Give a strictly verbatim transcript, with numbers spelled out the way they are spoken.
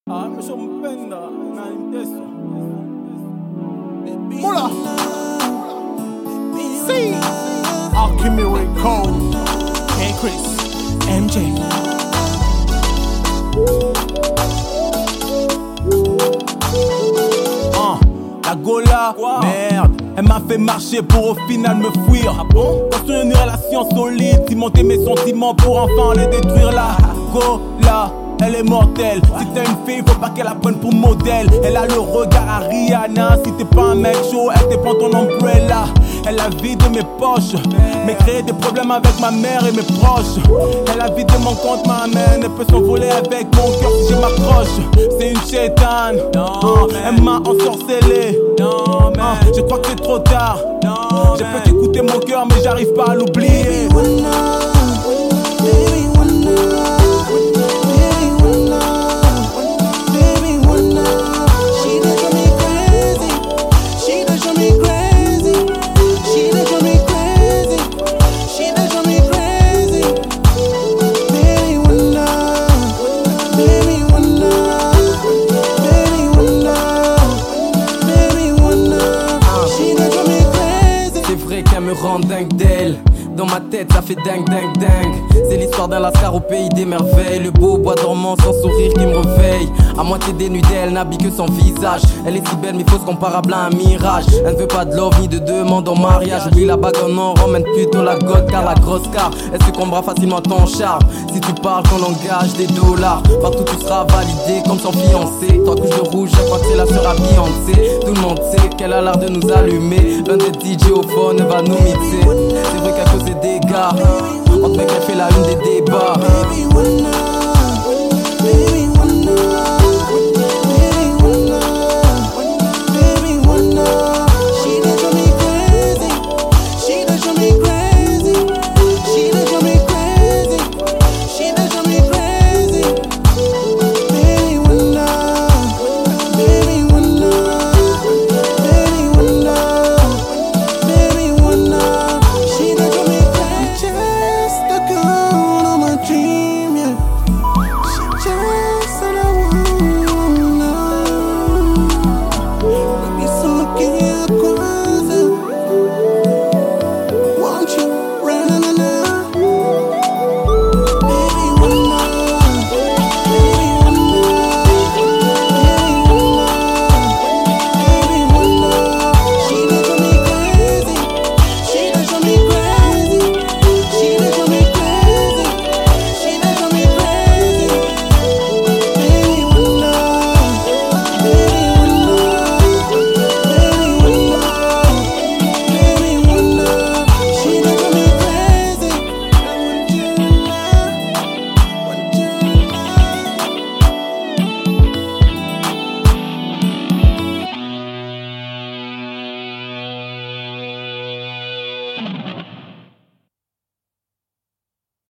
Ameshompenda na inteso. Mula C Alchemy Code K Chris M J. uh, La Gola, wow. Merde, elle m'a fait marcher pour au final me fuir. Ah bon? Construire une relation solide, cimenter mes sentiments pour enfin les détruire. La Gola, elle est mortelle. Si t'es une fille, faut pas qu'elle la prenne pour modèle. Elle a le regard à Rihanna. Si t'es pas un mec chaud, elle te prend ton umbrella. Elle a vidé mes poches, mais créé des problèmes avec ma mère et mes proches. Elle a vidé mon compte, ma mère ne peut s'envoler avec mon cœur si je m'accroche. C'est une chétane, uh, elle m'a ensorcelé. uh, Je crois que c'est trop tard. J'ai peut écouter mon cœur, mais j'arrive pas à l'oublier. Rend dingue d'elle. Dans ma tête ça fait dingue dingue dingue. C'est l'histoire d'un lascar au pays des merveilles. Le beau bois dormant sans sourire qui me réveille. À moitié dénudée, elle n'habille que son visage. Elle est si belle mais fausse comparable à un mirage. Elle ne veut pas de love ni de demande en mariage. Oublie la bague en or, emmène plutôt la gold. Car la grosse car, elle succombera facilement à ton charme. Si tu parles ton langage des dollars, partout tu seras validé comme son fiancé. Toi couche de rouge, je crois que c'est la sœur à Beyoncé. Tout le monde sait qu'elle a l'art de nous allumer. L'un des D J au phone va nous mixer. C'est vrai qu'à cause des dégâts, entre mecs elle fait la une des débats.